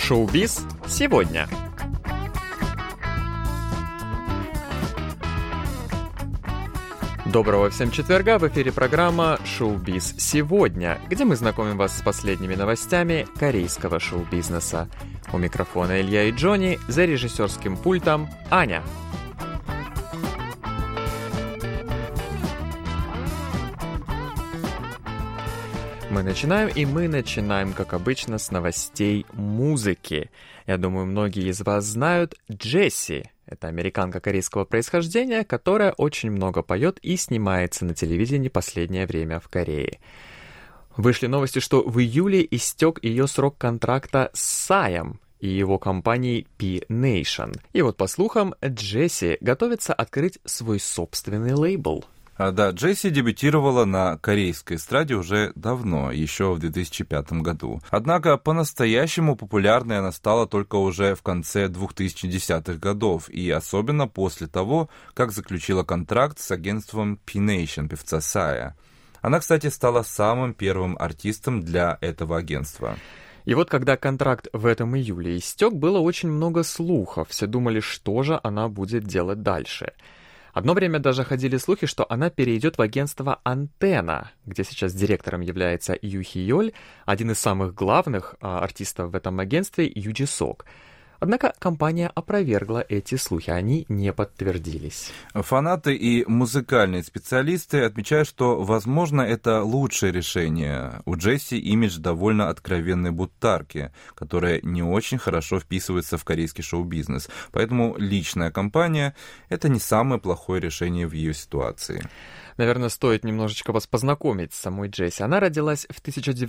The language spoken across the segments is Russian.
Шоу-биз сегодня. Доброго всем четверга, в эфире программа «Шоу-биз сегодня», где мы знакомим вас с последними новостями корейского шоу-бизнеса. У микрофона Илья и Джонни, за режиссерским пультом Аня. Мы начинаем, как обычно, с новостей музыки. Я думаю, многие из вас знают Джесси. Это американка корейского происхождения, которая очень много поет и снимается на телевидении последнее время в Корее. Вышли новости, что в июле истек ее срок контракта с Psy и его компанией P-Nation. И вот, по слухам, Джесси готовится открыть свой собственный лейбл. Да, Джесси дебютировала на корейской эстраде уже давно, еще в 2005 году. Однако по-настоящему популярной она стала только уже в конце 2010-х годов, и особенно после того, как заключила контракт с агентством P-Nation, певца Psy. Она, кстати, стала самым первым артистом для этого агентства. И вот когда контракт в этом июле истек, было очень много слухов. Все думали, что же она будет делать дальше. Одно время даже ходили слухи, что она перейдет в агентство «Антенна», где сейчас директором является Ю Хи-Йоль, один из самых главных артистов в этом агентстве Ю Джи-сок. Однако компания опровергла эти слухи, они не подтвердились. Фанаты и музыкальные специалисты отмечают, что, возможно, это лучшее решение. У Джесси имидж довольно откровенной бунтарки, которая не очень хорошо вписывается в корейский шоу-бизнес. Поэтому личная компания – это не самое плохое решение в ее ситуации. Наверное, стоит немножечко вас познакомить с самой Джесси. Она родилась в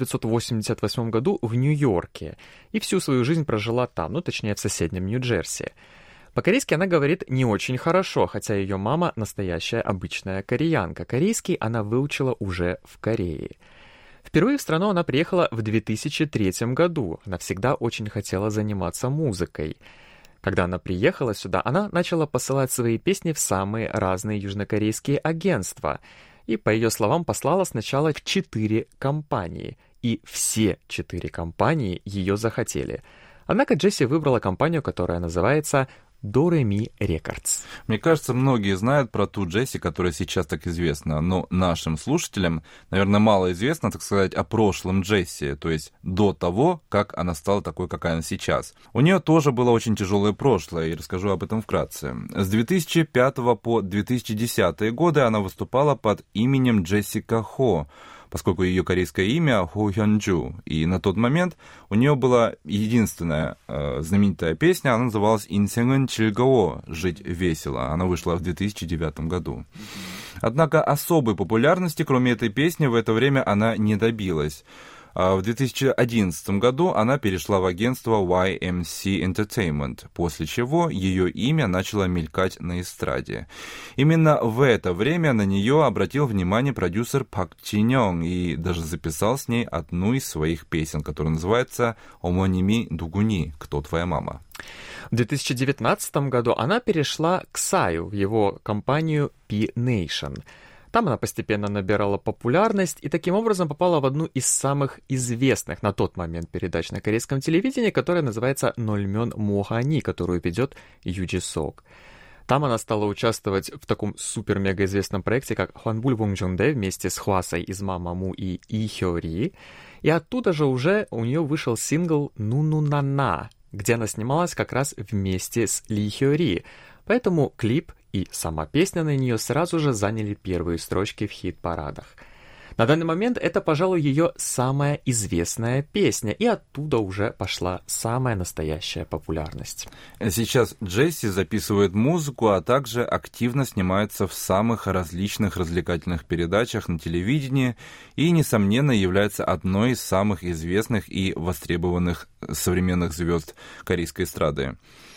1988 году в Нью-Йорке и всю свою жизнь прожила там, точнее, в соседнем Нью-Джерси. По-корейски она говорит не очень хорошо, хотя ее мама настоящая обычная кореянка. Корейский она выучила уже в Корее. Впервые в страну она приехала в 2003 году. Она всегда очень хотела заниматься музыкой. Когда она приехала сюда, она начала посылать свои песни в самые разные южнокорейские агентства. И, по ее словам, послала сначала в 4 компании. И все 4 компании ее захотели. Однако Джесси выбрала компанию, которая называется Do-Re-Mi Records. Мне кажется, многие знают про ту Джесси, которая сейчас так известна, но нашим слушателям, наверное, мало известно, так сказать, о прошлом Джесси, то есть до того, как она стала такой, какая она сейчас. У нее тоже было очень тяжелое прошлое, и расскажу об этом вкратце. С 2005 по 2010 годы она выступала под именем Джессика Хо, поскольку ее корейское имя Хо Хёнджу. И на тот момент у нее была единственная знаменитая песня, она называлась «Инсeng은 즐거워», «Жить весело». Она вышла в 2009 году. Однако особой популярности, кроме этой песни, в это время она не добилась. В 2011 году она перешла в агентство YMC Entertainment, после чего ее имя начало мелькать на эстраде. Именно в это время на нее обратил внимание продюсер Пак Чин Йонг и даже записал с ней одну из своих песен, которая называется «Омоними Дугуни», «Кто твоя мама?». В 2019 году она перешла к Psy, в его компанию P-Nation. Там она постепенно набирала популярность и таким образом попала в одну из самых известных на тот момент передач на корейском телевидении, которая называется «Нольмён Мохани», которую ведет Ю Джи-сок. Там она стала участвовать в таком супер-мега-известном проекте, как «Хванбуль Вонgjongdae» вместе с Хвасой из «Мамаму» и И Хёри. И оттуда же уже у нее вышел сингл «Ну-ну-на-на», где она снималась как раз вместе с Ли Хёри. Поэтому клип и сама песня на нее сразу же заняли первые строчки в хит-парадах. На данный момент это, пожалуй, ее самая известная песня, и оттуда уже пошла самая настоящая популярность. Сейчас Джесси записывает музыку, а также активно снимается в самых различных развлекательных передачах на телевидении и, несомненно, является одной из самых известных и востребованных современных звезд корейской эстрады.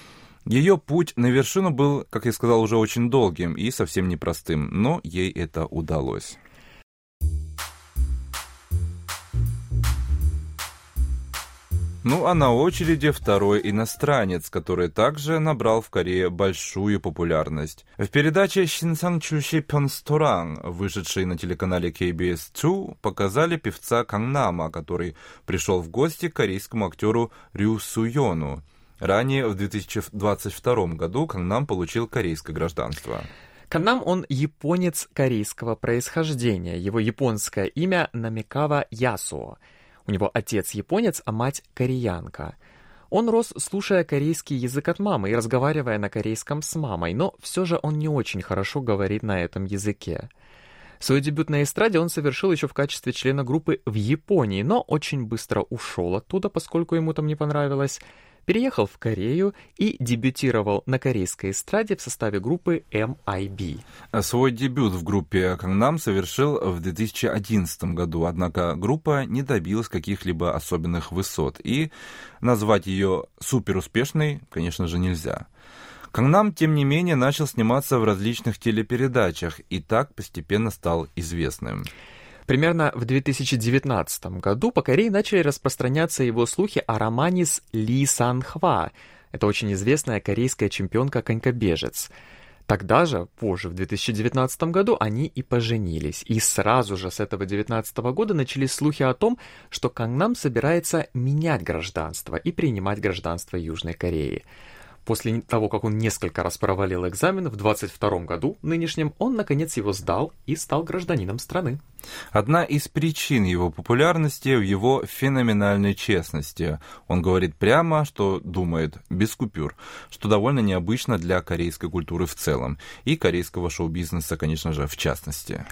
Ее путь на вершину был, как я сказал, уже очень долгим и совсем непростым, но ей это удалось. Ну а на очереди второй иностранец, который также набрал в Корее большую популярность. В передаче «Шинсангчуши Пёнсторан», вышедшей на телеканале KBS2, показали певца Кангнама, который пришел в гости к корейскому актеру Рю Суёну. Ранее, в 2022 году, Кангнам получил корейское гражданство. Кангнам, он японец корейского происхождения. Его японское имя Намикава Ясуо. У него отец японец, а мать кореянка. Он рос, слушая корейский язык от мамы и разговаривая на корейском с мамой, но все же он не очень хорошо говорит на этом языке. Свой дебют на эстраде он совершил еще в качестве члена группы в Японии, но очень быстро ушел оттуда, поскольку ему там не понравилось, переехал в Корею и дебютировал на корейской эстраде в составе группы MIB. Свой дебют в группе Кангнам совершил в 2011 году, однако группа не добилась каких-либо особенных высот, и назвать ее суперуспешной, конечно же, нельзя. Кангнам, тем не менее, начал сниматься в различных телепередачах и так постепенно стал известным. Примерно в 2019 году по Корее начали распространяться его слухи о романе с Ли Сан-хва. Это очень известная корейская чемпионка-конькобежец. Тогда же, позже, в 2019 году, они и поженились. И сразу же с этого 2019 года начались слухи о том, что Кангнам собирается менять гражданство и принимать гражданство Южной Кореи. После того, как он несколько раз провалил экзамен, в 2022 году, нынешнем, он, наконец, его сдал и стал гражданином страны. Одна из причин его популярности в его феноменальной честности. Он говорит прямо, что думает, без купюр, что довольно необычно для корейской культуры в целом и корейского шоу-бизнеса, конечно же, в частности.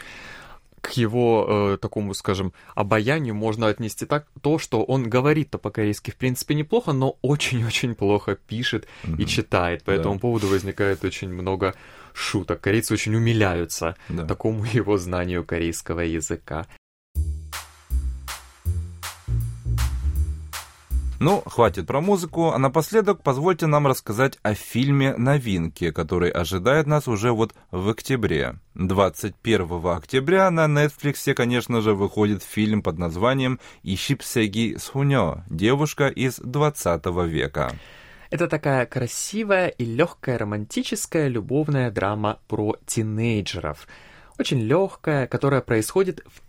К его такому, скажем, обаянию можно отнести то, что он говорит-то по-корейски в принципе неплохо, но очень-очень плохо пишет и читает. По этому поводу возникает очень много шуток. Корейцы очень умиляются такому его знанию корейского языка. Ну, хватит про музыку, а напоследок позвольте нам рассказать о фильме «Новинки», который ожидает нас уже вот в октябре. 21 октября на Netflix, конечно же, выходит фильм под названием «Ишипсеги Сунё. Девушка из 20 века». Это такая красивая и легкая романтическая любовная драма про тинейджеров. Очень легкая, которая происходит в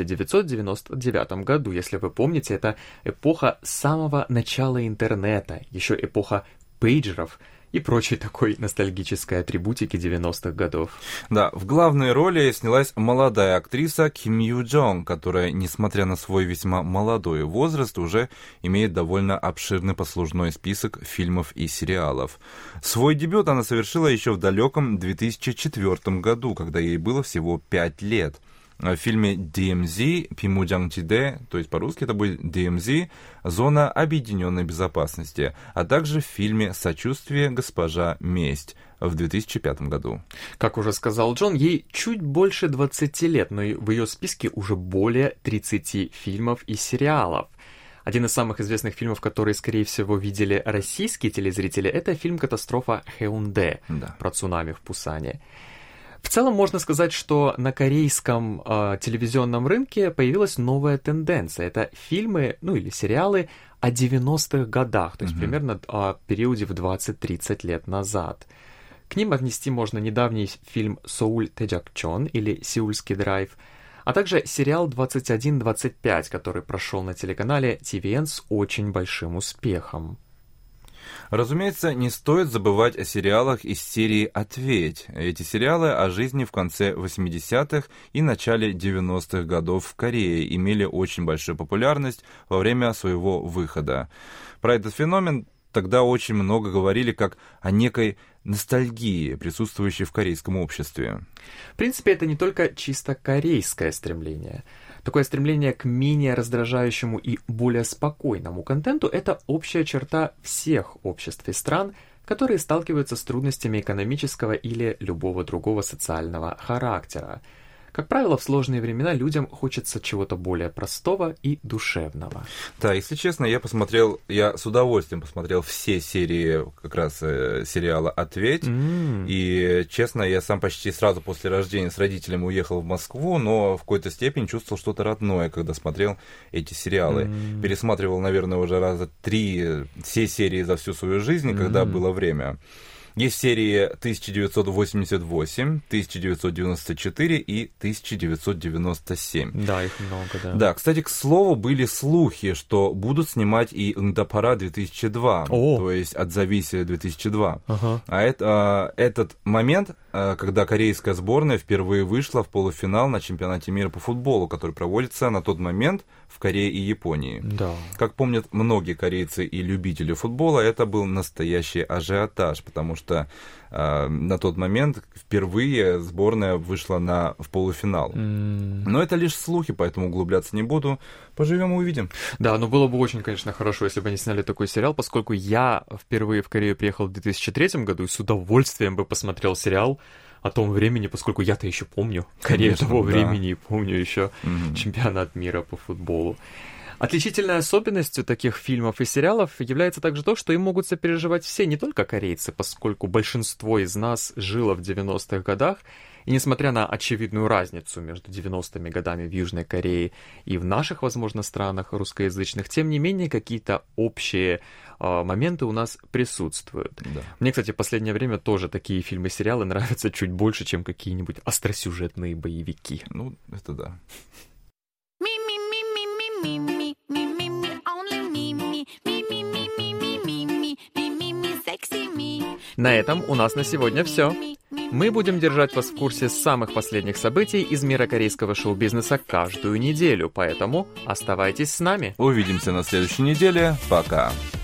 1999 году. Если вы помните, это эпоха самого начала интернета, еще эпоха пейджеров и прочей такой ностальгической атрибутики 90-х годов. Да, в главной роли снялась молодая актриса Ким Ю Джонг, которая, несмотря на свой весьма молодой возраст, уже имеет довольно обширный послужной список фильмов и сериалов. Свой дебют она совершила еще в далеком 2004 году, когда ей было всего 5 лет. В фильме DMZ, Пимуджангчиде, то есть по-русски это будет DMZ, зона объединенной безопасности, а также в фильме «Сочувствие, госпожа Месть» в 2005 году. Как уже сказал Джон, ей чуть больше 20 лет, но в ее списке уже более 30 фильмов и сериалов. Один из самых известных фильмов, которые, скорее всего, видели российские телезрители, это фильм «Катастрофа Хэунде» про цунами в Пусане. В целом можно сказать, что на корейском телевизионном рынке появилась новая тенденция. Это фильмы, или сериалы о 90-х годах, то есть примерно о периоде в 20-30 лет назад. К ним отнести можно недавний фильм «Соуль Тэджакчон» или «Сеульский драйв», а также сериал «21-25», который прошел на телеканале TVN с очень большим успехом. Разумеется, не стоит забывать о сериалах из серии «Ответь». Эти сериалы о жизни в конце 80-х и начале 90-х годов в Корее имели очень большую популярность во время своего выхода. Про этот феномен тогда очень много говорили как о некой ностальгии, присутствующей в корейском обществе. В принципе, это не только чисто корейское стремление. Такое стремление к менее раздражающему и более спокойному контенту – это общая черта всех обществ и стран, которые сталкиваются с трудностями экономического или любого другого социального характера. Как правило, в сложные времена людям хочется чего-то более простого и душевного. Да, если честно, я с удовольствием посмотрел все серии как раз сериала «Ответь». И, честно, я сам почти сразу после рождения с родителями уехал в Москву, но в какой-то степени чувствовал что-то родное, когда смотрел эти сериалы. Пересматривал, наверное, уже раза 3 все серии за всю свою жизнь, когда было время. Есть серии 1988, 1994 и 1997. Да, их много, да. Да, кстати, к слову, были слухи, что будут снимать и «Нгдапара 2002», то есть «Отзовись 2002». А этот момент, когда корейская сборная впервые вышла в полуфинал на чемпионате мира по футболу, который проводится на тот момент в Корее и Японии. Да. Как помнят многие корейцы и любители футбола, это был настоящий ажиотаж, потому что на тот момент впервые сборная вышла в полуфинал. Но это лишь слухи, поэтому углубляться не буду. Поживем и увидим. Да, но было бы очень, конечно, хорошо, если бы они сняли такой сериал, поскольку я впервые в Корею приехал в 2003 году и с удовольствием бы посмотрел сериал о том времени, поскольку я-то еще помню Корею того времени и помню еще чемпионат мира по футболу. Отличительной особенностью таких фильмов и сериалов является также то, что им могут сопереживать все, не только корейцы, поскольку большинство из нас жило в 90-х годах, и несмотря на очевидную разницу между 90-ми годами в Южной Корее и в наших, возможно, странах русскоязычных, тем не менее какие-то общие моменты у нас присутствуют. Да. Мне, кстати, в последнее время тоже такие фильмы и сериалы нравятся чуть больше, чем какие-нибудь остросюжетные боевики. Ну, это да. На этом у нас на сегодня все. Мы будем держать вас в курсе самых последних событий из мира корейского шоу-бизнеса каждую неделю, поэтому оставайтесь с нами. Увидимся на следующей неделе. Пока.